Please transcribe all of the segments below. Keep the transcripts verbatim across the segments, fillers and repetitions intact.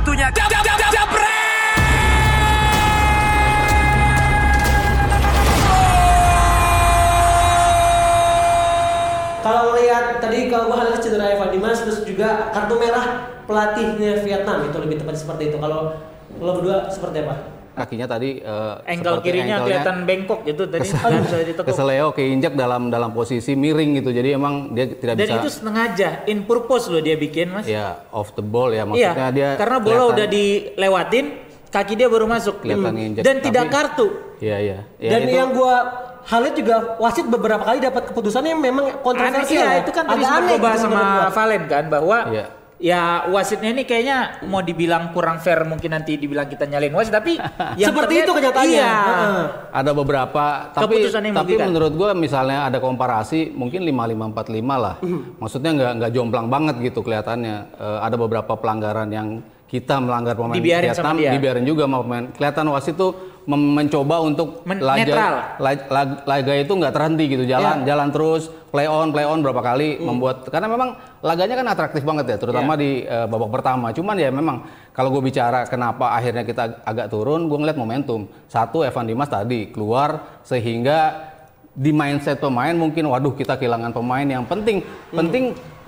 Waktunya Japre. Kalau ngelihat tadi kalau gue highlight cedera Evan Dimas terus juga kartu merah pelatihnya Vietnam itu lebih tepat seperti itu. Kalau lo berdua seperti apa? Kakinya tadi uh, ankle kirinya kelihatan bengkok gitu tadi nggak bisa ditekuk. Keseleo keinjak dalam dalam posisi miring gitu. Jadi emang dia tidak Dan bisa. Dan itu sengaja in purpose loh dia bikin, Mas. Ya, off the ball ya maksudnya iya, dia. Karena bola udah dilewatin, kaki dia baru masuk. Kelihatan hmm. injak. Dan tapi, tidak kartu. Iya, iya. Ya, Dan itu, yang gua highlight juga wasit beberapa kali dapat keputusannya yang memang kontroversial. Iya, itu kan tadi sempat gue bahas sama Valen kan bahwa iya. Ya wasitnya ini kayaknya mau dibilang kurang fair, mungkin nanti dibilang kita nyalain wasit, tapi yang seperti itu kenyataannya. Iya. Ada beberapa tapi tapi menurut gue misalnya ada komparasi mungkin lima lima empat lima lah. Uh. Maksudnya nggak nggak jomplang banget gitu kelihatannya. Uh, ada beberapa pelanggaran yang kita melanggar pemain dibiarin Vietnam, dibiarin juga sama pemain. Kelihatan wasit tuh mencoba untuk Men- laga, laga, laga itu nggak terhenti gitu, jalan yeah. jalan terus, play on play on berapa kali mm. membuat, karena memang laganya kan atraktif banget ya, terutama yeah. di uh, babak pertama. Cuman ya memang kalau gue bicara kenapa akhirnya kita agak turun, gue ngeliat momentum. Satu, Evan Dimas tadi keluar sehingga di mindset pemain mungkin waduh kita kehilangan pemain yang penting. Mm. Penting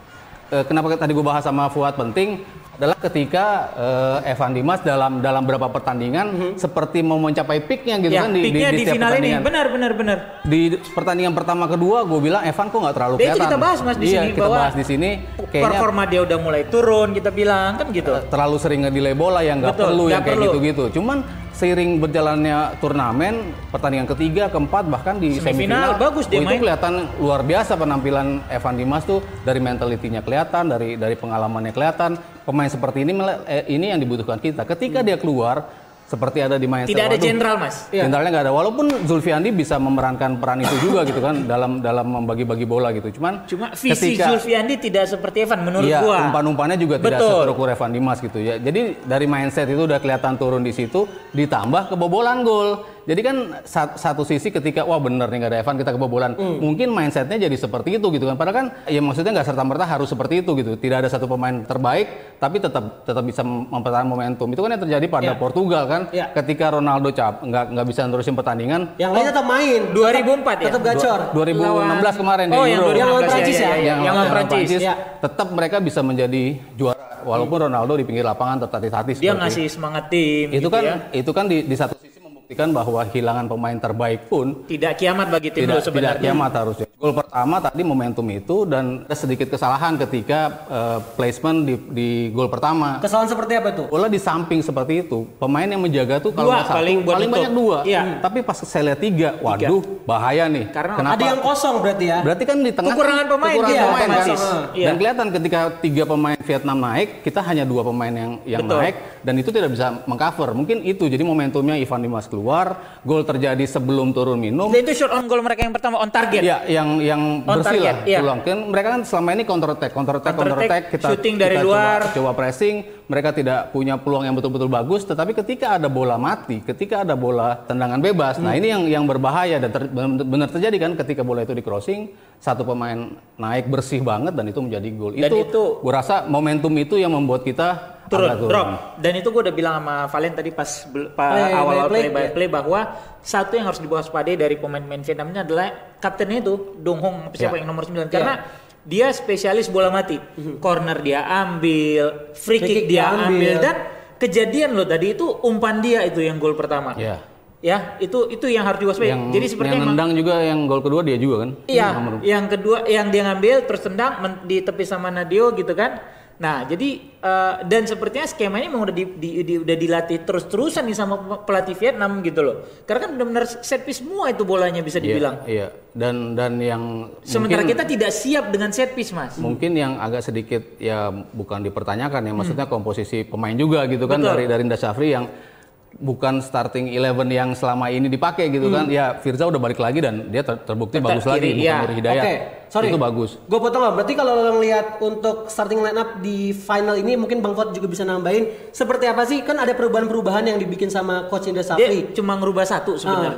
uh, kenapa tadi gue bahas sama Fuad penting adalah ketika uh, Evan Dimas dalam dalam beberapa pertandingan mm-hmm. seperti mau mencapai peaknya gitu ya, kan di, di, di, di setiap final pertandingan. Ini benar benar benar. Di pertandingan pertama kedua gue bilang Evan kok nggak terlalu kelihatan. Itu kita bahas Mas di iya, sini kita bahwa bahas di sini kayaknya performa dia udah mulai turun, kita bilang kan gitu. Terlalu sering ngedelay bola yang nggak perlu yang kayak gitu-gitu. Cuman seiring berjalannya turnamen, pertandingan ketiga, keempat, bahkan di semifinal, semifinal bagus dia oh, itu main. Kelihatan luar biasa penampilan Evan Dimas tuh, dari mentalitinya kelihatan, dari dari pengalamannya kelihatan. Pemain seperti ini eh, ini yang dibutuhkan kita. Ketika hmm. dia keluar seperti ada di mindset. Tidak ada jenderal Mas. Jenderalnya nggak ada. Walaupun Zulfiandi bisa memerankan peran itu juga gitu kan dalam dalam membagi-bagi bola gitu. Cuman cuma visi ketika, Zulfiandi tidak seperti Evan menurut iya, gua. umpan-umpannya juga Betul. tidak seterukur Evan Dimas gitu ya. Jadi dari mindset itu udah kelihatan turun di situ, ditambah kebobolan gol. Jadi kan satu sisi ketika wah bener nih nggak ada Evan kita kebobolan, hmm. mungkin mindsetnya jadi seperti itu gitu kan. Padahal kan ya maksudnya nggak serta-merta harus seperti itu gitu. Tidak ada satu pemain terbaik tapi tetap tetap bisa mempertahankan momentum. Itu kan yang terjadi pada yeah. Portugal kan. Yeah. Ketika Ronaldo cap nggak nggak bisa nerusin pertandingan. Yang lain tetap main. dua ribu empat ya. Tetap gacor. dua ribu enam belas kemarin oh, di Euro. Yang lawan Prancis ya. Yang lawan Prancis. Ya. Tetap mereka bisa menjadi juara walaupun Ronaldo di pinggir lapangan tertatih-tatih. Dia ngasih semangat tim. Itu gitu kan ya. itu kan di, di satu sisi membuktikan bahwa kehilangan pemain terbaik pun tidak kiamat bagi tim tidak, lo sebenarnya. Tidak kiamat harusnya. Gol pertama tadi momentum itu dan ada sedikit kesalahan ketika uh, placement di, di gol pertama. Kesalahan seperti apa tuh? Bola di samping seperti itu. Pemain yang menjaga tuh kalau nggak satu paling, paling banyak dua. Iya. Hmm. Tapi pas saya lihat tiga, waduh tiga. Bahaya nih. Karena kenapa? Ada yang kosong berarti ya. Berarti kan di tengah kekurangan pemain, kekurangan iya, pemain kan. iya. Dan kelihatan ketika tiga pemain Vietnam naik, kita hanya dua pemain yang yang Betul. naik dan itu tidak bisa mengcover. Mungkin itu jadi momentumnya Evan Dimas keluar, gol terjadi sebelum turun minum. Dan itu shot on goal mereka yang pertama on target. Ya, yang yang on bersih target, lah. Iya. Pulang. Kan mereka kan selama ini counter attack, counter attack, counter attack, kita shooting dari kita luar, coba, coba pressing. Mereka tidak punya peluang yang betul-betul bagus. Tetapi ketika ada bola mati, ketika ada bola tendangan bebas, hmm. nah ini yang yang berbahaya dan ter, benar terjadi kan ketika bola itu di crossing, satu pemain naik bersih banget dan itu menjadi gol. Dan itu, itu gue rasa momentum itu yang membuat kita turun, turun. drop. Dan itu gue udah bilang sama Valen tadi pas, pas play, awal-awal play, play, by play, play bahwa satu yang harus diwaspadai dari pemain-pemain Vietnamnya adalah kaptennya itu Dong Hong siapa yeah. yang nomor sembilan karena yeah. dia spesialis bola mati. Mm-hmm. Corner dia ambil, free, free kick, kick dia ambil. ambil dan kejadian loh tadi itu umpan dia itu yang gol pertama. Yeah. Ya, itu itu yang harus diwaspadai. Yang, Jadi seperti yang nendang juga yang gol kedua dia juga kan? Iya, hmm. yang kedua yang dia ngambil terus tendang men, di tepi sama Nadio gitu kan. Nah, jadi uh, dan sepertinya skemanya memang udah di, di, di, udah dilatih terus-terusan nih sama pelatih Vietnam gitu loh. Karena kan benar-benar set piece semua itu bolanya bisa dibilang. Iya, iya. Dan dan yang sementara mungkin, kita tidak siap dengan set piece, Mas. Mungkin yang agak sedikit ya bukan dipertanyakan ya, maksudnya hmm. komposisi pemain juga gitu kan. Betul. dari dari Indra Syafri yang bukan starting eleven yang selama ini dipakai gitu hmm. kan. Ya Firza udah balik lagi dan dia ter- terbukti Tetap bagus kiri, lagi bukan iya. Nur Hidayat. Oke, sorry. Itu bagus. Gue potong lah. Berarti kalau lo ngelihat untuk starting line up di final ini mungkin Bang Fuad juga bisa nambahin seperti apa sih? Kan ada perubahan-perubahan yang dibikin sama coach Indra Syafri. Dia cuma ngerubah satu sebenarnya. Ah.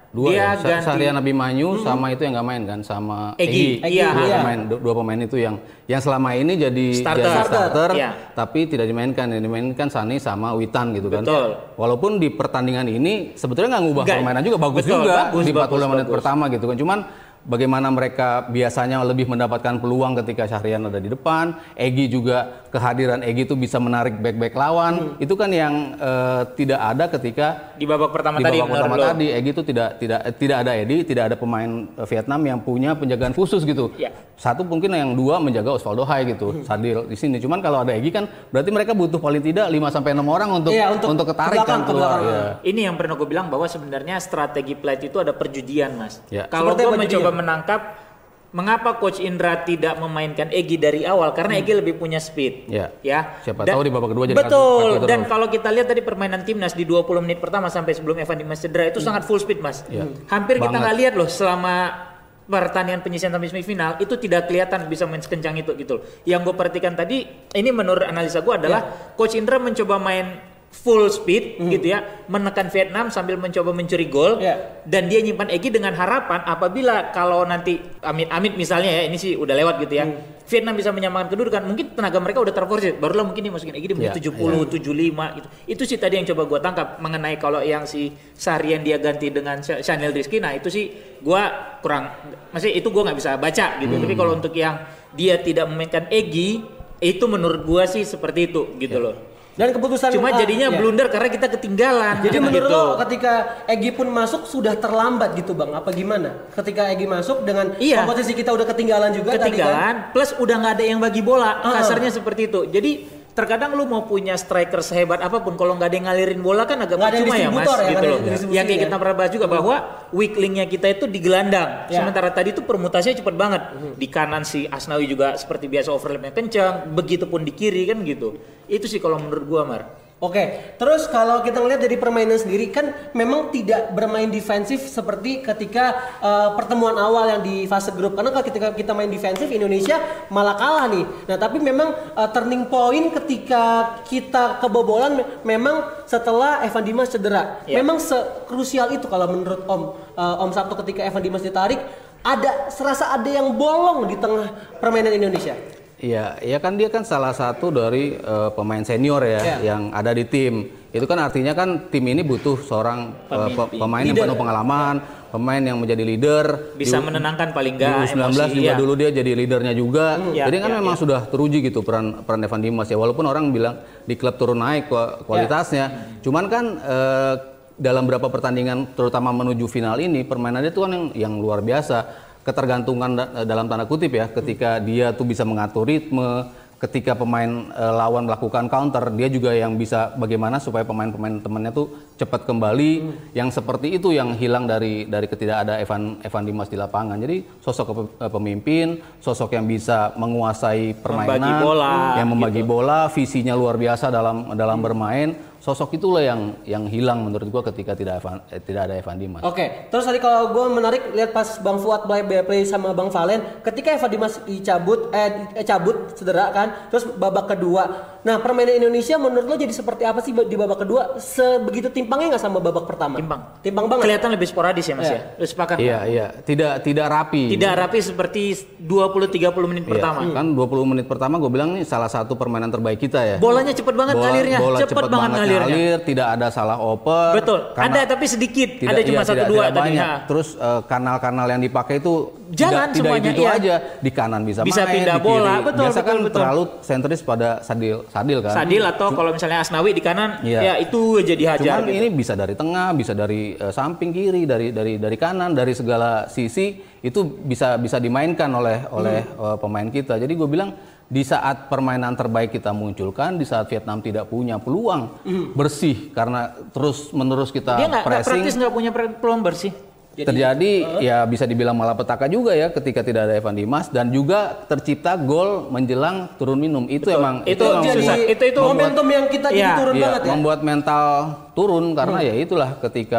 Dua dia ya, ganti Syahrian Abimanyu hmm. sama itu yang nggak main kan, sama Egy. Egy. Iya, dua iya. pemain, dua pemain itu yang yang selama ini jadi starter, jadi starter iya. tapi tidak dimainkan, yang dimainkan Sani sama Witan gitu kan. Betul. Walaupun di pertandingan ini sebetulnya nggak ngubah Gak. permainan juga, bagus Betul, juga bagus, di empat puluh bagus, menit bagus. pertama gitu kan. Cuman bagaimana mereka biasanya lebih mendapatkan peluang ketika Syahrian ada di depan, Egy juga kehadiran Egy itu bisa menarik back-back lawan. Hmm. Itu kan yang uh, tidak ada ketika di babak pertama di tadi. babak pertama tadi Egy itu tidak tidak tidak ada Egy, tidak ada pemain Vietnam yang punya penjagaan khusus gitu. Ya. Satu mungkin yang dua menjaga Osvaldo Hai gitu, hmm. Sadil di sini. Cuman kalau ada Egy kan berarti mereka butuh paling tidak lima sampai enam orang untuk iya, untuk, untuk ketarik kan keluar. Ya. Ini yang pernah gue bilang bahwa sebenarnya strategi pelatih itu ada perjudian, Mas. Ya. Kalau gue mencoba dia? menangkap mengapa Coach Indra tidak memainkan Egy dari awal, karena Egy hmm. lebih punya speed. Ya. Ya. Siapa dan, tahu di babak kedua jadi betul. Dan kalau kita lihat tadi permainan timnas di dua puluh menit pertama sampai sebelum Evan Dimas cedera itu hmm. sangat full speed, Mas. Ya. Hampir Banget. kita nggak lihat loh selama pertandingan penyisian sampai semifinal itu tidak kelihatan bisa main sekencang itu gitu. Yang gue perhatikan tadi, ini menurut analisa gue adalah ya. Coach Indra mencoba main full speed hmm. gitu ya, menekan Vietnam sambil mencoba mencuri gol yeah. dan dia nyimpan Egy dengan harapan apabila kalau nanti amit-amit misalnya ya, ini sih udah lewat gitu ya, hmm. Vietnam bisa menyamakan kedudukan, mungkin tenaga mereka udah terforsir, barulah mungkin dia masukin Egy di menit yeah. tujuh puluh, yeah. tujuh puluh lima gitu. Itu sih tadi yang coba gue tangkap mengenai kalau yang si Syahrian dia ganti dengan Chanel Rizky, nah itu sih gue kurang, masih itu gue nggak bisa baca gitu. Hmm. Tapi kalau untuk yang dia tidak memainkan Egy, itu menurut gue sih seperti itu gitu yeah. loh. Dan keputusan cuma uh, jadinya ya. blunder karena kita ketinggalan. Jadi menurut gitu. lo ketika Egy pun masuk sudah terlambat gitu Bang? Apa gimana? Ketika Egy masuk dengan iya. komposisi kita udah ketinggalan juga ketinggalan, tadi kan? Plus udah nggak ada yang bagi bola, uh-huh. kasarnya seperti itu. Jadi terkadang lu mau punya striker sehebat apapun kalau nggak ada yang ngalirin bola kan agak percuma ya Mas ya, gitu loh. Yang kayak ya. kita pernah bahas juga hmm. bahwa weak link-nya kita itu di gelandang. Ya. Sementara tadi itu permutasinya cepat banget. Hmm. Di kanan si Asnawi juga seperti biasa overlapnya kencang, begitupun di kiri kan gitu. Itu sih kalau menurut gua Mar. Oke, terus kalau kita ngelihat dari permainan sendiri kan memang tidak bermain defensif seperti ketika uh, pertemuan awal yang di fase grup. Karena kalau ketika kita main defensif Indonesia malah kalah nih. Nah tapi memang uh, turning point ketika kita kebobolan memang setelah Evan Dimas cedera. Yeah. Memang sekrusial itu kalau menurut Om uh, Om Sabtu ketika Evan Dimas ditarik ada serasa ada yang bolong di tengah permainan Indonesia. Iya, ya kan dia kan salah satu dari uh, pemain senior ya yeah. yang ada di tim. Itu kan artinya kan tim ini butuh seorang uh, pe- pemain leader. Yang penuh pengalaman, yeah. pemain yang menjadi leader. Bisa di, menenangkan paling enggak emosi. dua ribu sembilan belas juga iya. dulu dia jadi leadernya juga. Hmm, Jadi ya, kan ya, memang ya. sudah teruji gitu peran peran Evan Dimas ya. Walaupun orang bilang di klub turun naik kualitasnya. Yeah. Cuman kan uh, dalam beberapa pertandingan terutama menuju final ini permainannya itu kan yang, yang luar biasa. Ketergantungan dalam tanda kutip ya, ketika dia tuh bisa mengatur ritme, ketika pemain e, lawan melakukan counter, dia juga yang bisa bagaimana supaya pemain-pemain temannya tuh cepat kembali. Hmm. Yang seperti itu yang hilang dari dari ketidak ada Evan Evan Dimas di lapangan. Jadi sosok pemimpin, sosok yang bisa menguasai permainan, membagi bola, yang membagi gitu. bola, visinya luar biasa dalam dalam hmm. bermain. Sosok itulah yang yang hilang menurut gua ketika tidak Evan, eh, tidak ada Evan Dimas. Oke, okay. Terus tadi kalau gua menarik lihat pas Bang Fuad play play sama Bang Valen, ketika Evan Dimas dicabut eh, eh cabut cedera kan, terus babak kedua. Nah, permainan Indonesia menurut lo jadi seperti apa sih di babak kedua? Sebegitu timpangnya nggak sama babak pertama? Timpang. Timpang banget. Kelihatan lebih sporadis ya Mas yeah. ya. Lu sepakat? Iya, kan? iya. Tidak tidak rapi. Tidak rapi seperti dua puluh tiga puluh menit iya. pertama. Kan dua puluh menit pertama gue bilang nih salah satu permainan terbaik kita ya. Bolanya cepet banget bola, ngalirnya, bola cepet, cepet banget ngalirnya. Ngalir, tidak ada salah oper. Betul. Ada tapi sedikit. Tidak, ada cuma iya, satu tidak, dua tidak tadi. Banyak. Terus uh, kanal-kanal yang dipakai itu jalan tidak, semuanya. Tidak itu iya. aja. Di kanan bisa, bisa main, pindah di bola. Kiri. Betul, Biasa betul, kan betul. terlalu sentris pada Sadil, Sadil kan. Sadil atau Cuma, kalau misalnya Asnawi di kanan, iya. ya itu jadi hajar. Cuman gitu. ini bisa dari tengah, bisa dari uh, samping kiri, dari dari dari kanan, dari segala sisi itu bisa bisa dimainkan oleh oleh hmm. uh, pemain kita. Jadi gue bilang di saat permainan terbaik kita munculkan, di saat Vietnam tidak punya peluang mm. bersih karena terus menerus kita dia gak, pressing. Dia praktis nggak punya peluang bersih. Jadi, terjadi uh. ya bisa dibilang malapetaka juga ya ketika tidak ada Evan Dimas dan juga tercipta gol menjelang turun minum. Itu Betul. emang itu, itu emang jadi, susah. Itu itu momentum yang kita jadi ya, turun ya, banget ya. Membuat mental turun karena hmm. ya itulah ketika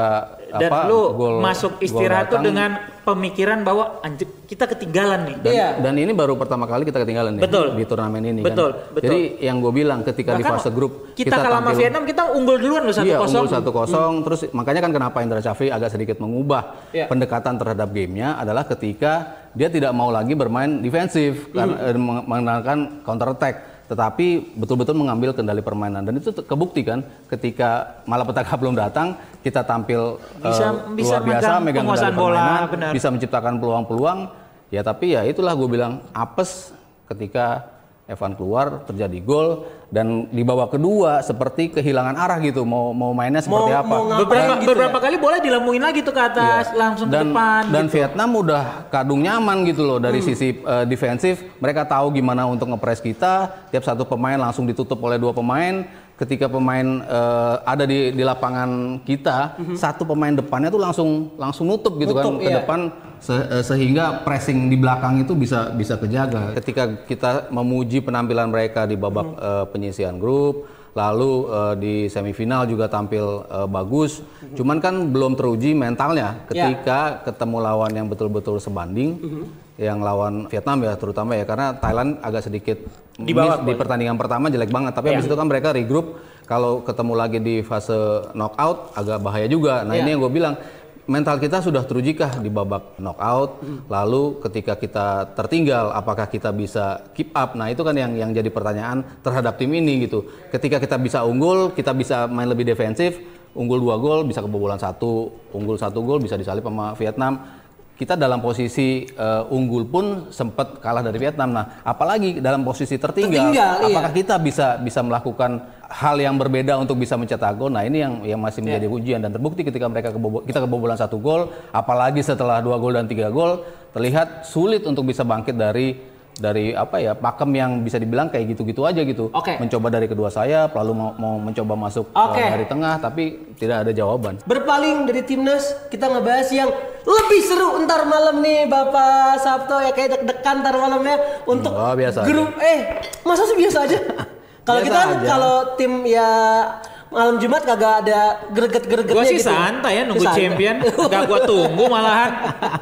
Dan apa, lu gol, masuk istirahat tuh datang. dengan pemikiran bahwa anjir kita ketinggalan nih. Dan, Iya. dan ini baru pertama kali kita ketinggalan nih Betul. di turnamen ini Betul, kan. betul. Jadi yang gue bilang ketika Bahkan di fase grup kita, kita kalah sama Vietnam kita unggul duluan loh satu Iya, kosong. unggul satu kosong. Hmm. Terus makanya kan kenapa Indra Syafri agak sedikit mengubah Iya. pendekatan terhadap gamenya adalah ketika dia tidak mau lagi bermain defensif Hmm. karena eh, mengandalkan counter attack, tetapi betul-betul mengambil kendali permainan. Dan itu kebukti kan ketika malapetaka belum datang, kita tampil Bisa- eh, bisa luar biasa megang megang kendali penguasaan bola, permainan, benar. bisa menciptakan peluang-peluang. Ya tapi ya itulah gue bilang apes ketika Evan keluar terjadi gol dan di babak kedua seperti kehilangan arah gitu mau mau mainnya seperti Mau- apa. mau ngapain Beberapa gitu beberapa ya? kali bola dilambungin lagi tuh ke atas, Iya. langsung dan, ke depan. dan gitu. Vietnam udah kadung nyaman gitu loh dari sisi uh, defensif. Mereka tahu gimana untuk ngepres kita. Tiap satu pemain langsung ditutup oleh dua pemain. Ketika pemain uh, ada di di lapangan kita, satu pemain depannya tuh langsung langsung nutup gitu Nutup, kan ke iya. depan se- uh, sehingga pressing di belakang itu bisa bisa kejaga. Ketika kita memuji penampilan mereka di babak uh, penyisihan grup, lalu uh, di semifinal juga tampil uh, bagus. Cuman kan belum teruji mentalnya ketika ketemu lawan yang betul-betul sebanding, yang lawan Vietnam ya terutama ya karena Thailand agak sedikit Di bawah, miss di Boy. pertandingan pertama jelek banget. Tapi Iya. habis itu kan mereka regroup. Kalau ketemu lagi di fase knockout agak bahaya juga. Nah Iya. ini yang gue bilang. Mental kita sudah terujikah di babak knockout, lalu ketika kita tertinggal, apakah kita bisa keep up? Nah itu kan yang yang jadi pertanyaan terhadap tim ini gitu. Ketika kita bisa unggul, kita bisa main lebih defensif, unggul dua gol bisa kebobolan satu, unggul satu gol bisa disalip sama Vietnam. Kita dalam posisi uh, unggul pun sempat kalah dari Vietnam. Nah, apalagi dalam posisi tertinggal, Tertinggal, iya. apakah kita bisa bisa melakukan hal yang berbeda untuk bisa mencetak gol? Nah, ini yang yang masih menjadi ujian dan terbukti ketika mereka kebobo, kita kebobolan satu gol, apalagi setelah dua gol dan tiga gol, terlihat sulit untuk bisa bangkit dari dari apa ya pakem yang bisa dibilang kayak gitu-gitu aja gitu. Oke. Mencoba dari kedua sayap, lalu mau, mau mencoba masuk Oke. uh, dari tengah, tapi tidak ada jawaban. Berpaling dari timnas, kita ngebahas yang lebih seru ntar malam nih Bapak Sabto ya kayak deg-degan ntar malamnya untuk Oh, biasa grup eh masa sih biasa aja. Kalau Biasa kita kan aja. kalau tim ya malam Jumat kagak ada greget-gregetnya Gua sih gitu. santai ya nunggu Santai. champion, gak gua tunggu malahan.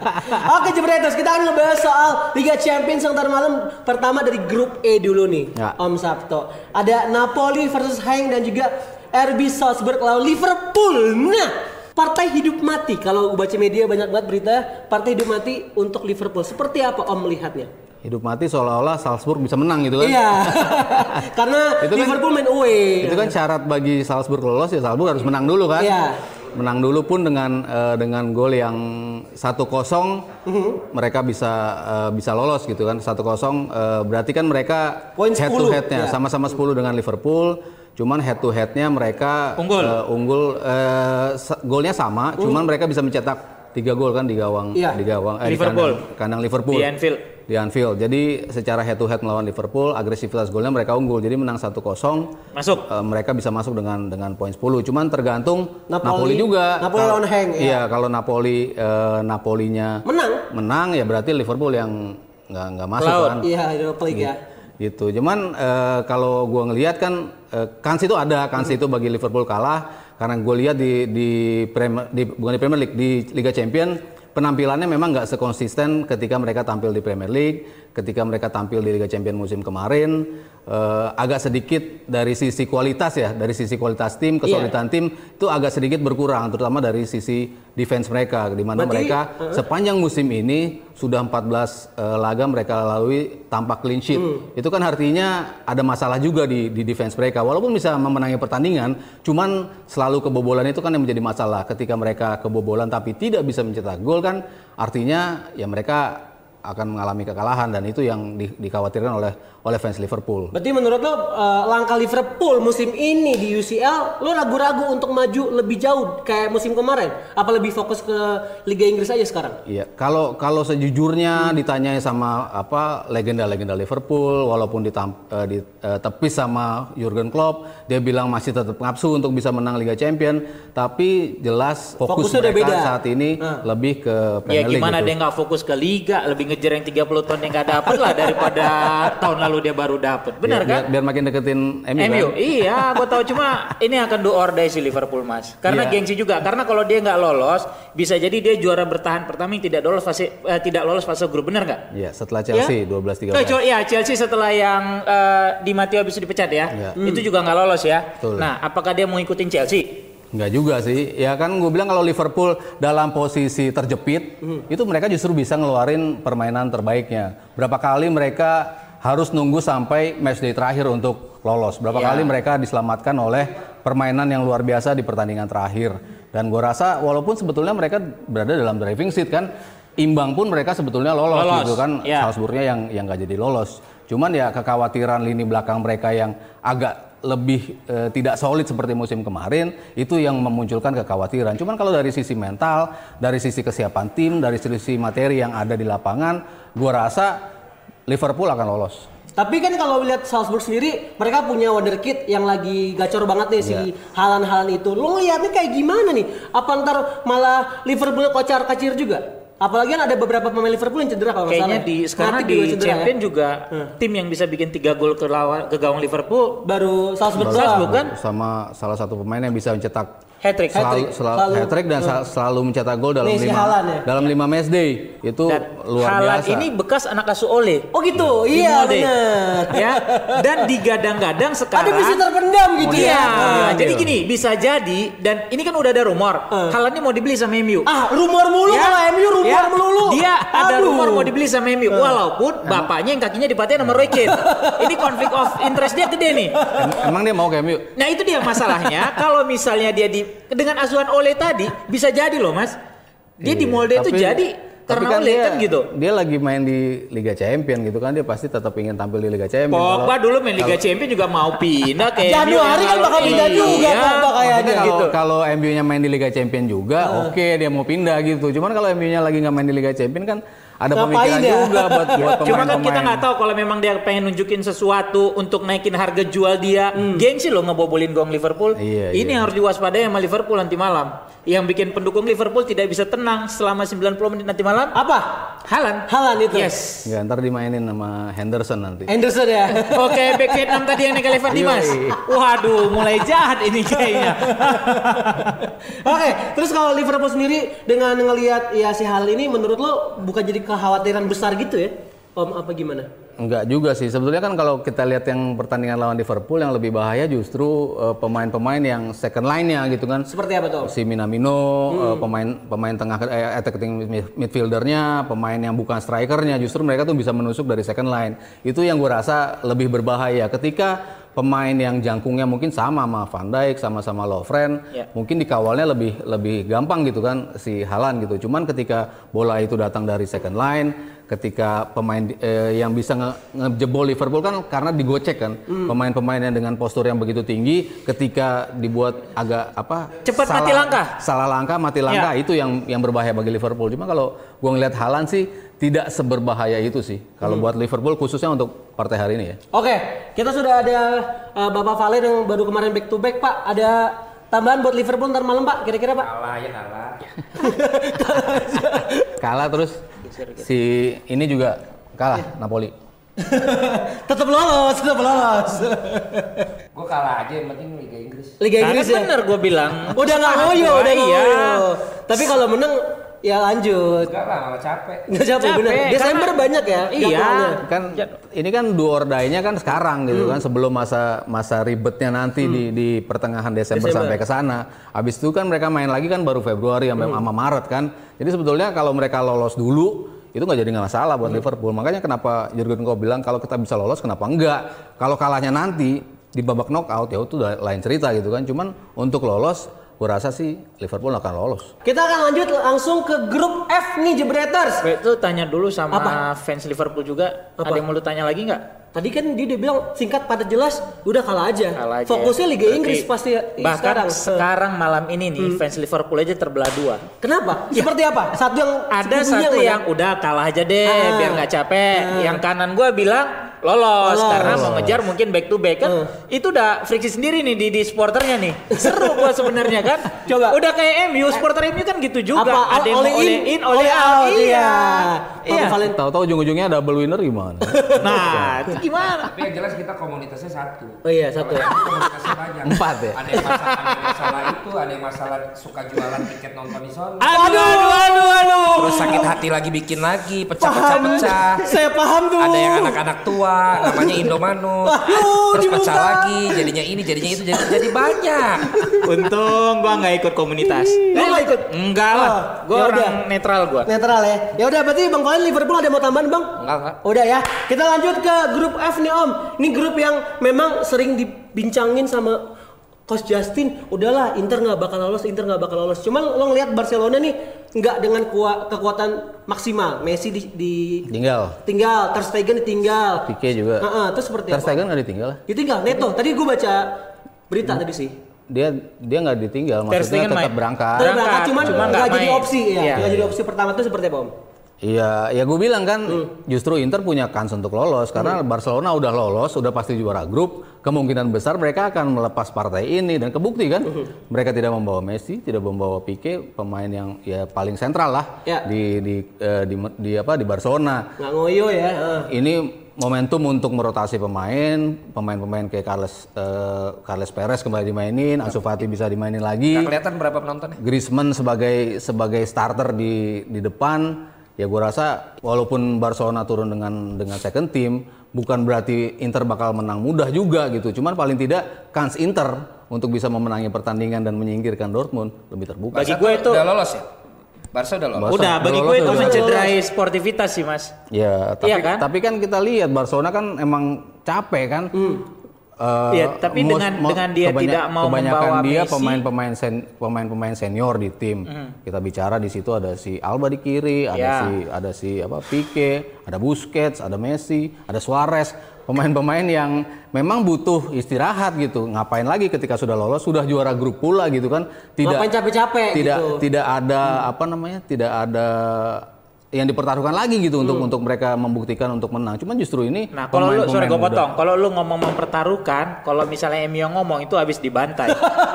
Oke Jebretos, kita akan ngebahas soal Liga Champions yang ntar malam pertama dari grup E dulu nih, Ya. Om Sabto. Ada Napoli versus Genk dan juga R B Salzburg lawan Liverpool. Nah, partai hidup mati. Kalau baca media banyak banget berita partai hidup mati untuk Liverpool. Seperti apa Om melihatnya? Hidup mati seolah-olah Salzburg bisa menang gitu kan. Iya. Karena Itu kan- Liverpool main away. Itu kan syarat bagi Salzburg lolos ya Salzburg harus menang dulu kan. Iya. Menang dulu pun dengan eh, dengan gol yang satu kosong mereka bisa eh, bisa lolos gitu kan. satu kosong eh, berarti kan mereka Poin head sepuluh, to headnya ya. sama-sama sepuluh dengan Liverpool. Cuman head to headnya mereka Unggul. eh, unggul eh, sa- golnya sama, cuman mereka bisa mencetak tiga gol kan di gawang Iya. di gawang eh, di Liverpool. kandang, kandang Liverpool. Di Anfield. Di Anfield. Jadi secara head to head melawan Liverpool, agresivitas golnya mereka unggul. Jadi menang satu kosong. Masuk. Eh, mereka bisa masuk dengan dengan poin sepuluh. Cuman tergantung Napoli- Napoli, juga. Napoli Kal- lawan Genk, ya. Iya, kalau Napoli eh, Napolinya Menang. menang ya berarti Liverpool yang nggak nggak masuk Laut. kan. Iya, Europa League ya. Gitu. Cuman eh, kalau gua ngelihat kan eh, kans itu ada, kans itu bagi Liverpool kalah karena gue lihat di di Premier di bukan di Premier League, di Liga Champions penampilannya memang nggak sekonsisten ketika mereka tampil di Premier League, ketika mereka tampil di Liga Champions musim kemarin, eh, agak sedikit dari sisi kualitas ya, dari sisi kualitas tim, kesulitan tim itu agak sedikit berkurang, terutama dari sisi defense mereka, di mana Berarti, mereka uh-uh. sepanjang musim ini sudah empat belas eh, laga mereka lalui tanpa clean sheet. Itu kan artinya ada masalah juga di, di defense mereka. Walaupun bisa memenangi pertandingan, cuman selalu kebobolan itu kan yang menjadi masalah. Ketika mereka kebobolan tapi tidak bisa mencetak gol kan artinya ya mereka akan mengalami kekalahan dan itu yang di, dikhawatirkan oleh oleh fans Liverpool. Berarti menurut lo uh, langkah Liverpool musim ini di U C L lo ragu-ragu untuk maju lebih jauh kayak musim kemarin? Apa lebih fokus ke Liga Inggris aja sekarang? Iya, kalau kalau sejujurnya ditanyai sama apa legenda-legenda Liverpool, walaupun ditam, eh, ditepis sama Jurgen Klopp, dia bilang masih tetap ngapsu untuk bisa menang Liga Champions, tapi jelas fokus Fokusnya udah mereka beda. saat ini Nah. lebih ke Ya Premier League gimana gitu. dia nggak fokus ke liga, lebih ngejar yang tiga puluh ton yang gak dapet lah daripada tahun lalu dia baru dapet. Benar biar, kan? Biar, biar makin deketin M U. M U. Kan? Iya, gue tahu cuma ini akan do or die si Liverpool, Mas. Karena yeah. gengsi juga. Karena kalau dia nggak lolos, bisa jadi dia juara bertahan pertama yang tidak lolos fase eh, tidak lolos fase grup, benar nggak? Iya, setelah Chelsea dua belas tiga belas. Ya, Chelsea setelah yang uh, Di Matteo habis dipecat ya. Yeah. Hmm. Itu juga nggak lolos ya. Betul. Nah, apakah dia mau ikutin Chelsea? Enggak juga sih, ya kan gue bilang kalau Liverpool dalam posisi terjepit, hmm. itu mereka justru bisa ngeluarin permainan terbaiknya. Berapa kali mereka harus nunggu sampai matchday terakhir untuk lolos. Berapa yeah. kali mereka diselamatkan oleh permainan yang luar biasa di pertandingan terakhir. Dan gue rasa walaupun sebetulnya mereka berada dalam driving seat kan, imbang pun mereka sebetulnya lolos, lolos. gitu kan, yeah. Salzburgnya yang yang nggak jadi lolos. Cuman ya kekhawatiran lini belakang mereka yang agak lebih e, tidak solid seperti musim kemarin itu yang memunculkan kekhawatiran. Cuman kalau dari sisi mental, dari sisi kesiapan tim, dari sisi materi yang ada di lapangan, gua rasa Liverpool akan lolos. Tapi kan kalau lihat Salzburg sendiri, mereka punya wonderkid yang lagi gacor banget nih, yeah. si Haaland-Haaland itu. Lo ngeliatnya kayak gimana nih? Apa ntar malah Liverpool kocar-kacir juga? Apalagi kan ada beberapa pemain Liverpool yang cedera kalau kayaknya di sekarang di Champion ya? juga hmm. tim yang bisa bikin tiga gol ke lawan ke gawang Liverpool baru Salzburg, Salzburg kan sama salah satu pemain yang bisa mencetak hat-trick selalu, selalu, hat-trick dan uh. selalu mencetak gol dalam Nih, lima si ya? dalam lima match day itu dan luar Haaland biasa. Ini bekas anak asuh Ole. Oh gitu, di iya benar. Ya, dan digadang-gadang sekarang. Ada bisa terpendam gitu iya. ya. Nah, jadi gini, bisa jadi dan ini kan udah ada rumor. Uh. Haaland ini mau dibeli sama M U. Ah, rumor mulu ya? Kalau M U rumor ya? melulu. Dia ada Aduh. rumor mau dibeli sama M U, uh. walaupun emang? bapaknya yang kakinya dipatain sama Roy Keane. Ini konflik of interest dia gede nih. Emang dia mau ke M U? Nah itu dia masalahnya. Kalau misalnya dia di dengan asuhan Ole tadi bisa jadi loh Mas. Dia iya, di Molde itu jadi karena kan Ole dia, kan gitu. Dia lagi main di Liga Champion gitu kan, dia pasti tetap ingin tampil di Liga Champion. Pogba dulu main Liga kalau, Champion juga mau pindah kayak Januari kan bakal pindah juga Pogba kayaknya gitu. Kalau M U-nya main di Liga Champion juga, uh. oke okay, dia mau pindah gitu. Cuman kalau M U-nya lagi nggak main di Liga Champion kan ada Ngapain pemikiran ya? juga buat buat pemain-pemain. Cuma kan kita nggak tahu kalau memang dia pengen nunjukin sesuatu untuk naikin harga jual dia, hmm. gengsi loh ngebobolin gawang Liverpool. Iya, Ini iya. harus diwaspadai sama Liverpool nanti malam. Yang bikin pendukung Liverpool tidak bisa tenang selama sembilan puluh menit nanti malam. Apa? Haaland. Haaland itu. Yes. Ya, ntar dimainin sama Henderson nanti. Henderson ya. Oke, back Vietnam tadi yang Evan Dimas. Waduh, mulai jahat ini kayaknya. Oke, terus kalau Liverpool sendiri dengan ngelihat ya si Haaland ini, menurut lo bukan jadi kekhawatiran besar gitu ya? Om apa gimana? Enggak juga sih. Sebetulnya kan kalau kita lihat yang pertandingan lawan Liverpool yang lebih bahaya justru uh, pemain-pemain yang second line-nya gitu kan. Seperti apa tuh? Si Minamino, hmm. uh, pemain pemain tengah eh, attacking midfielder-nya, pemain yang bukan striker-nya, justru mereka tuh bisa menusuk dari second line. Itu yang gue rasa lebih berbahaya ketika pemain yang jangkungnya mungkin sama sama Van Dijk, sama-sama Lovren, yeah. mungkin dikawalnya lebih lebih gampang gitu kan si Haaland gitu. Cuman ketika bola itu datang dari second line, ketika pemain eh, yang bisa nge ngejebol Liverpool kan karena digocek kan, hmm. pemain-pemain yang dengan postur yang begitu tinggi, ketika dibuat agak apa cepat salah, mati langkah, salah langkah mati langkah yeah. itu yang yang berbahaya bagi Liverpool. Cuma kalau gua ngelihat Haaland sih tidak seberbahaya itu sih kalau hmm. buat Liverpool khususnya untuk partai hari ini ya. Oke, kita sudah ada uh, Bapak Valen yang baru kemarin back to back Pak. Ada tambahan buat Liverpool ntar malam Pak, kira-kira Pak? Kalah ya kalah. Kalah terus si ini juga kalah yeah. Napoli. Tetap lolos, tetap lolos. Gue kalah aja, yang penting Liga Inggris. Liga Inggris ya? Bener gue bilang. Udah nggak ngoyo, udah iya. Tapi kalau menang ya lanjut. Enggak lah, malah capek. Enggak capek, capek bener. Desember karena, banyak ya. Iya. Kan ini kan dua ordainya kan sekarang gitu hmm. kan, sebelum masa masa ribetnya nanti hmm. di di pertengahan Desember, Desember sampai ke sana. Habis itu kan mereka main lagi kan baru Februari sampai hmm. sama Maret kan. Jadi sebetulnya kalau mereka lolos dulu itu nggak jadi nggak masalah buat hmm. Liverpool. Makanya kenapa Jurgen Klopp bilang kalau kita bisa lolos kenapa enggak? Kalau kalahnya nanti di babak knockout ya itu udah lain cerita gitu kan. Cuman untuk lolos gue rasa sih Liverpool akan lolos. Kita akan lanjut langsung ke grup F nih Jebreters. Itu tanya dulu sama apa? Fans Liverpool juga. Apa? Ada yang mau lu tanya lagi nggak? Tadi kan dia udah bilang singkat padat jelas, udah kalah aja. Kalah aja. Fokusnya Liga Inggris pasti bahkan sekarang. Sekarang malam ini nih hmm. fans Liverpool aja terbelah dua. Kenapa? Ya. Seperti apa? Satu yang ada satu yang, yang udah kalah aja deh, ah. biar nggak capek. Ah. Yang kanan gue bilang lolos, Lolos. karena mengejar mungkin back to back kan. Uh. Itu udah friksi sendiri nih di, di supporternya nih. Seru gua sebenarnya kan. Coba. Udah kayak M U, supporter M U kan gitu juga. Apa? Ada yang Oleh mau in, oleh in, oleh out. Iya. Iya. Iya. Tahu-tahu ujung-ujungnya double winner gimana? Nah, itu gimana? Tapi yang jelas kita komunitasnya satu. Oh iya, satu. Kalau ini komunitasnya banyak. Empat ya? Ada yang masalah, ada yang masalah itu, ada yang masalah suka jualan tiket nonton di sana. Aduh, aduh, aduh, aduh. Terus sakit hati lagi bikin lagi, pecah-pecah-pecah. Saya paham tuh. Ada yang anak-anak tua, namanya Indomanus. Aduh, Terus pecah dibuka. lagi, jadinya ini, jadinya itu, jadi, jadi banyak. Untung gua nggak ikut komunitas. Lu nggak ikut? Enggak lah. Oh, Gua ya orang udah. netral gua. Netral ya. Ya udah berarti Bang Koen Liverpool ada mau tambahan Bang? Enggak, enggak. Udah ya. Kita lanjut ke grup F nih Om. Ini grup yang memang sering dibincangin sama Coach Justin. Udahlah, Inter nggak bakal lolos, Inter nggak bakal lolos. Cuman lo ngelihat Barcelona nih nggak dengan kuat, kekuatan maksimal. Messi di, di Tinggal. tinggal, Ter Stegen ditinggal. Pique juga. Heeh, terus seperti Ter apa? Stegen nggak ditinggal. Ditinggal Neto. Tadi gue baca berita tadi sih. Dia dia nggak ditinggal, Ter maksudnya Stegen tetap main. berangkat. Terus Berangkat, berangkat, cuman cuma nggak nggak jadi main. opsi ya. Iya. Nggak jadi opsi pertama itu seperti apa Om? Iya, ya gue bilang kan justru Inter punya kans untuk lolos karena Barcelona udah lolos, udah pasti juara grup, kemungkinan besar mereka akan melepas partai ini dan kebukti kan, mereka tidak membawa Messi, tidak membawa Pique, pemain yang ya paling sentral lah Ya. di di, eh, di di apa di Barcelona. Nggak ngoyo ya. heeh. Ini momentum untuk merotasi pemain, pemain-pemain kayak Carles eh, Carles Perez kembali dimainin, Ansu Fati bisa dimainin lagi. Nggak kelihatan berapa penontonnya? Griezmann sebagai sebagai starter di di depan, ya gue rasa walaupun Barcelona turun dengan dengan second team, bukan berarti Inter bakal menang mudah juga gitu. Cuman paling tidak kans Inter untuk bisa memenangi pertandingan dan menyingkirkan Dortmund lebih terbuka. Bagi Barca gue tuh itu udah lolos ya? Barca udah lolos. Barca udah bagi lolos gue itu udah. mencederai sportivitas sih Mas. Ya, tapi Iya kan? tapi kan kita lihat Barcelona kan emang capek kan. Eh, Iya, tapi most- dengan- mo- dengan dia kebanya- tidak mau kebanyakan membawa dia Messi. pemain-pemain sen- pemain-pemain senior di tim. Kita bicara di situ ada si Alba di kiri, ada Ya. si ada si apa Pique, ada Busquets, ada Messi, ada Suarez. Pemain-pemain yang memang butuh istirahat gitu. Ngapain lagi ketika sudah lolos, sudah juara grup pula gitu kan? Tidak Ngapain capek-capek tidak gitu. tidak ada apa namanya? Tidak ada yang dipertaruhkan lagi gitu untuk untuk mereka membuktikan untuk menang. Cuman justru ini Nah, kalau lu pemain-pemain sorry gue muda. potong. Kalau lu ngomong mempertaruhkan, kalau misalnya M U yang ngomong itu habis dibantai.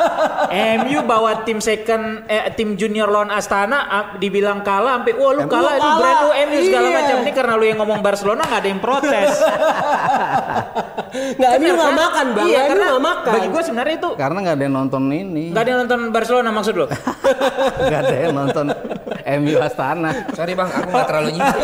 M U bawa tim second eh, tim junior lawan Astana ah, dibilang kalah sampai wah lu kalah itu kalah. brand lu M U segala Iya. macam. Ini karena lu yang ngomong Barcelona nggak ada yang protes. Nggak, ini Bener, nggak kan? makan Bang. Iya, Ini karena nggak makan. bagi gue sebenarnya itu Karena nggak ada yang nonton ini. nggak ada yang nonton Barcelona maksud lu. Nggak ada yang nonton M U Astana. Sorry bang, aku nggak terlalu nyimak.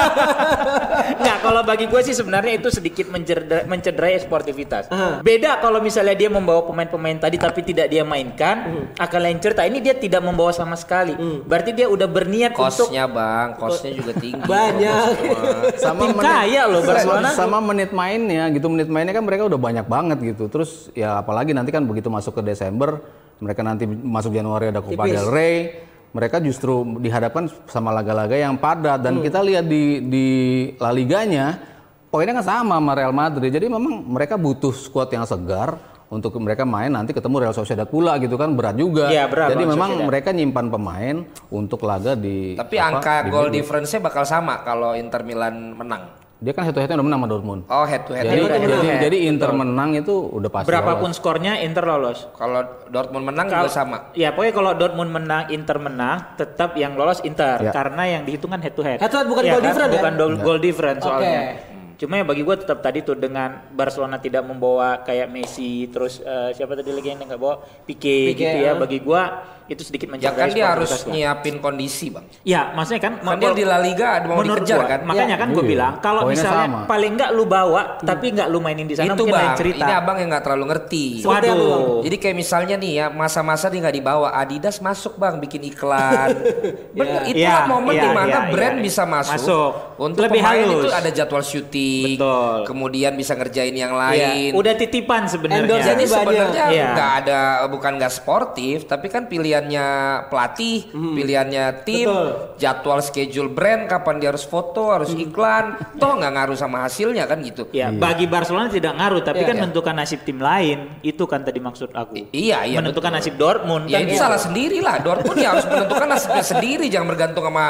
Nggak, kalau bagi gue sih sebenarnya itu sedikit mencederai, mencederai sportivitas. Beda kalau misalnya dia membawa pemain-pemain tadi tapi tidak dia mainkan, akan lain cerita. Ini dia tidak membawa sama sekali. Berarti dia udah berniat untuk Kosnya bang, kosnya juga tinggi. Banyak. Sama tim kaya loh Barcelona. sama menit mainnya gitu, menit mainnya kan mereka udah banyak banget gitu. Terus ya apalagi nanti kan begitu masuk ke Desember, mereka nanti masuk Januari ada Copa Tipis. del Rey. Mereka justru dihadapkan sama laga-laga yang padat dan kita lihat di di La Liganya poinnya kan sama sama Real Madrid. Jadi memang mereka butuh skuad yang segar untuk mereka main nanti ketemu Real Sociedad pula gitu kan, berat juga. Iya, berat, Jadi Real memang Sociedad. mereka nyimpan pemain untuk laga di Tapi apa, angka di goal Liga. difference-nya bakal sama kalau Inter Milan menang. Dia kan head to head-nya udah menang sama Dortmund. Oh head to head. Jadi, Head to jadi, head. jadi Inter menang itu udah pasti berapapun lolos. skornya Inter lolos. Kalau Dortmund menang Kalau- juga sama. Ya pokoknya kalau Dortmund menang, Inter menang, tetap yang lolos Inter Ya. karena yang dihitung kan head to head. Head to head, bukan Ya goal kan? different ya? Bukan do- goal different Oke. soalnya. Cuma ya bagi gue tetap tadi tuh dengan Barcelona tidak membawa kayak Messi terus eh, siapa tadi lagi yang nggak bawa Pique, Pique, gitu ya. ah. Bagi gue itu sedikit Ya mencederai kan dia harus sportivitas lah. nyiapin kondisi bang. Ya, maksudnya kan Kan dia di La Liga mau menurut dikejar gua, kan. makanya kan gue Iya. bilang kalau Poinnya misalnya sama. paling enggak lu bawa tapi enggak lu mainin di sana Itu mungkin lain bang, cerita. ini abang yang nggak terlalu ngerti. Seperti apa, Bang? Waduh. Jadi kayak misalnya nih ya masa-masa dia nggak dibawa Adidas masuk bang bikin iklan. Bener, itu Iya, momen iya, dimana iya, brand iya. bisa masuk. Masuk. Untuk Lebih pemain halus. itu ada jadwal syuting. Betul. Kemudian bisa ngerjain yang Iya, lain. udah titipan sebenarnya. Endorse Jadi Banyak. sebenarnya Iya. nggak ada bukan nggak sportif, tapi kan pilihannya pelatih, pilihannya tim, Betul. jadwal schedule brand, kapan dia harus foto, harus iklan, toh nggak ngaruh sama hasilnya kan gitu. Ya, bagi Barcelona tidak ngaruh, tapi Iya. kan menentukan nasib tim lain. Itu kan tadi maksud aku. I- iya, iya, Menentukan betul. nasib Dortmund Ya kan. itu gitu. salah sendiri lah. Dortmund ya harus menentukan nasibnya sendiri, jangan bergantung sama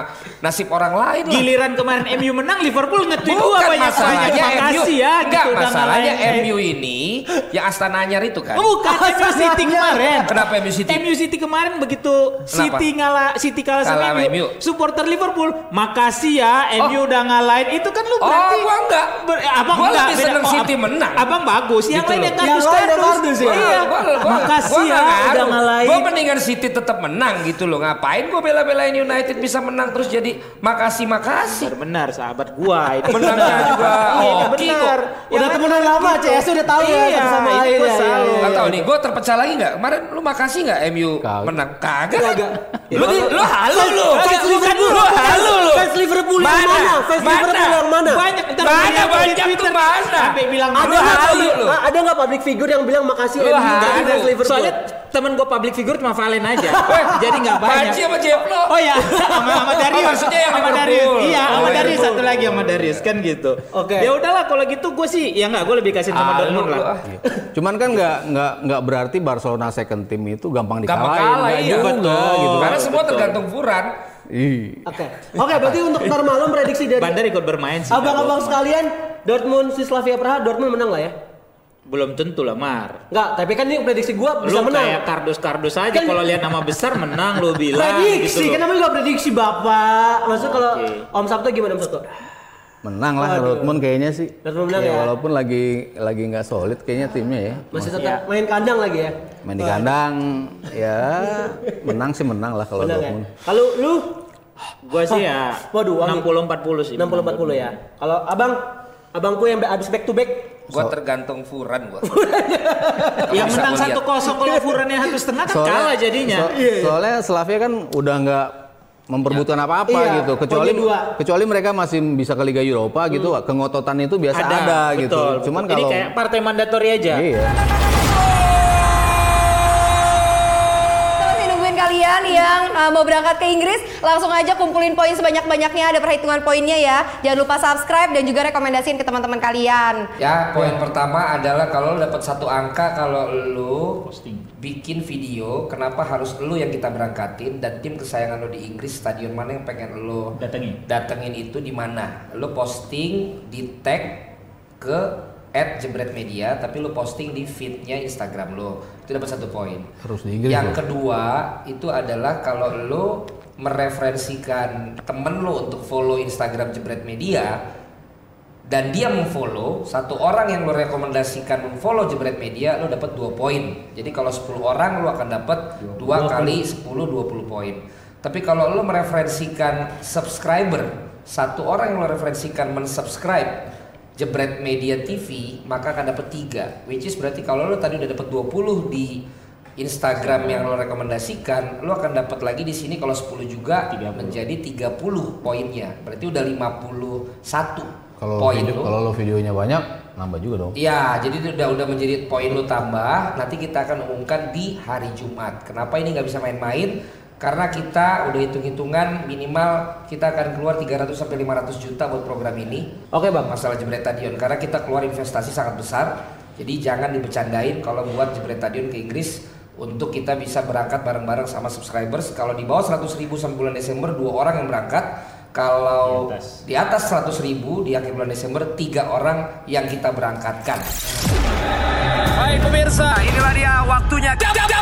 nasib orang lain lah. Giliran kemarin M U menang, Liverpool nge-tweet gua Bukan banyak masalahnya banyak M U. makasih ya Enggak, gitu. masalahnya ngalahin. M U ini yang Astana Anyar itu kan. Bukan M U City kemarin. Kenapa M U City? M U City kemarin begitu City ngalah City kalah sama Kalah sama M U, M U. supporter Liverpool, makasih ya M U Oh. udah ngalahin. Itu kan lu Oh, berarti gua enggak. Ber, eh, abang Gua enggak lebih beda. seneng Oh, City ab- menang. Abang bagus, yang Gitu lain loh. yang Yang kardus lain yang kardus. kardus ya? Iya. Gua, gua, Makasih gua ya nggak udah ngaruh. ngalahin. Gua mendingan City tetap menang gitu loh. Ngapain gua bela-belain United bisa menang terus jadi makasih-makasih. Benar, sahabat gua ini. Menangnya juga Iya, hoki benar. kok. Udah temenan lama, C S udah tahu ya Iya, satu sama itu lain gua ya. selalu. Iya, Gak iya. tau nih, gue terpecah lagi nggak? Kemarin lu makasih nggak M U Kagak. menang? Kagak. Kagak. Lu lu halu lu. Fans Liverpool, Lu halu lu. Fans Liverpool yang Mana? mana? Fans Mana? Liverpool yang mana? Banyak ntar Mana banyak di banyak Twitter tuh mana? sampai bilang Ada Lu nggak halu public, lu. ah, ada nggak public figure yang bilang makasih Lu M U halu. dari fans Liverpool? Soalnya temen gue public figure cuma Valen aja. Jadi nggak banyak. Panci sama Jeplo. Oh ya, sama sama Darius. Oh, maksudnya yang sama Liverpool. Darius. Iya, Oh, sama Darius Liverpool. satu lagi sama Darius kan gitu. Oke. Ya udahlah kalau gitu gue sih ya nggak, gue lebih kasih sama Ah, Dortmund lu, lah. ah. Cuman kan nggak nggak nggak berarti Barcelona second team itu gampang Gampang dikalahin. kalah, Nggak iya. juga Betul. gitu. Karena semua tergantung Furan. Ih. Oke. Oke, berarti untuk ntar malam prediksi dari Bandar ikut bermain sih. abang-abang nggak sekalian, Dortmund si Slavia Praha, Dortmund menang lah ya? Belum tentu lah, Mar. Enggak, tapi kan ini prediksi gua bisa Lu menang. kayak kardus-kardus aja Kan- kalau lihat nama besar menang lu bilang Prediksi, gitu kan loh. namanya juga prediksi Bapak. Maksudnya kalau Oke. Om Sabto gimana Om Sabto? Menang lah Waduh. Dortmund kayaknya sih. Dortmund menang ya? Walaupun lagi lagi nggak solid kayaknya timnya ya. Masih Iya. tetap main kandang lagi ya? Main di kandang ya menang sih menang lah kalau Menang ya? Dortmund. Kalau lu Gua sih ya Waduh, wangi. enam puluh empat puluh sih. enam puluh empat puluh ya. Kalau Abang, abangku yang habis back to back, Gua tergantung Furan gua. Yang Bisa menang gua lihat. satu kosong kalau Furannya satu setengah kan kalah jadinya. so- soalnya Slavia kan udah nggak memperbutkan apa-apa Iya, gitu kecuali poinnya dua. kecuali mereka masih bisa ke Liga Eropa gitu kengototan itu biasa ada, gitu betul, cuman betul. Ini kalau kayak partai mandatori aja. iya Kita masih nungguin kalian yang uh, mau berangkat ke Inggris, langsung aja kumpulin poin sebanyak-banyaknya, ada perhitungan poinnya ya. Jangan lupa subscribe dan juga rekomendasiin ke teman-teman kalian. Ya, poin pertama adalah kalau lu dapat satu angka kalau lu bikin video, kenapa harus lu yang kita berangkatin dan tim kesayangan lu di Inggris, stadion mana yang pengen lu Datengin. datengin itu di mana? Lu posting di tag ke at jebret media, tapi lu posting di feednya Instagram lu, itu dapat satu poin. Harus di Inggris Yang ya? kedua itu adalah kalau lu mereferensikan temen lu untuk follow Instagram jebret media dan dia memfollow, satu orang yang lu rekomendasikan memfollow jebret media, lu dapat dua poin. Jadi kalau sepuluh orang lu akan dapat dua kali sepuluh dua puluh poin. Tapi kalau lu mereferensikan subscriber, satu orang yang lu referensikan mensubscribe Jebret Media T V, maka akan dapat tiga, which is berarti kalau lo tadi udah dapat dua puluh di Instagram yang lo rekomendasikan, lo akan dapat lagi di sini kalau sepuluh juga tiga puluh. menjadi tiga puluh poinnya. Berarti udah lima puluh satu kalau poin video, lo. kalau lo videonya banyak nambah juga dong Iya, jadi itu udah udah menjadi poin lo tambah. Nanti kita akan umumkan di hari Jumat. Kenapa ini nggak bisa main-main? Karena kita udah hitung-hitungan minimal kita akan keluar tiga ratus sampai lima ratus juta buat program ini. Oke, Bang. Masalah Jebret Stadion, karena kita keluar investasi sangat besar. Jadi jangan dibercandain kalau buat Jebret Stadion ke Inggris untuk kita bisa berangkat bareng-bareng sama subscribers. Kalau di bawah seratus ribu sampai bulan Desember dua orang yang berangkat. Kalau Di atas. di atas seratus ribu di akhir bulan Desember tiga orang yang kita berangkatkan. Baik pemirsa, inilah dia waktunya.